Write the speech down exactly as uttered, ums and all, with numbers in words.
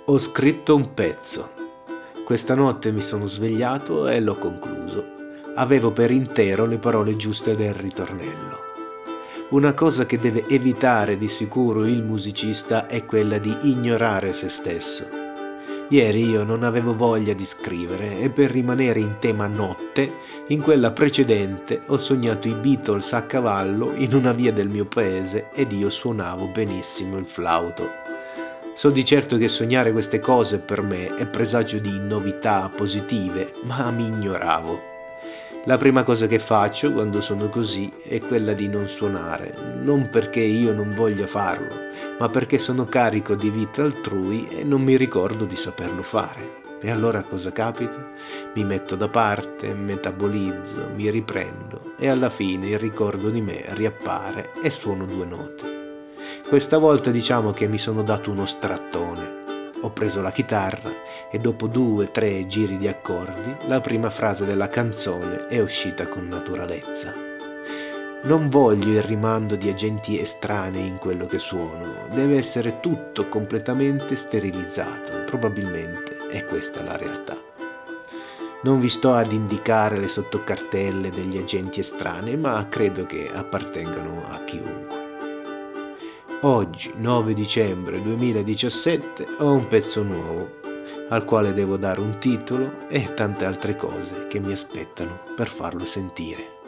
Ho scritto un pezzo. Questa notte mi sono svegliato e l'ho concluso. Avevo per intero le parole giuste del ritornello. Una cosa che deve evitare di sicuro il musicista è quella di ignorare se stesso. Ieri io non avevo voglia di scrivere e per rimanere in tema notte, in quella precedente ho sognato i Beatles a cavallo in una via del mio paese ed io suonavo benissimo il flauto. So di certo che sognare queste cose per me è presagio di novità positive, ma mi ignoravo. La prima cosa che faccio quando sono così è quella di non suonare, non perché io non voglia farlo, ma perché sono carico di vita altrui e non mi ricordo di saperlo fare. E allora cosa capita? Mi metto da parte, metabolizzo, mi riprendo e alla fine il ricordo di me riappare e suono due note. Questa volta diciamo che mi sono dato uno strattone. Ho preso la chitarra e dopo due o tre giri di accordi la prima frase della canzone è uscita con naturalezza. Non voglio il rimando di agenti estranei in quello che suono, deve essere tutto completamente sterilizzato, probabilmente è questa la realtà. Non vi sto ad indicare le sottocartelle degli agenti estranei, ma credo che appartengano a chiunque. Oggi, nove dicembre duemiladiciassette, ho un pezzo nuovo, al quale devo dare un titolo e tante altre cose che mi aspettano per farlo sentire.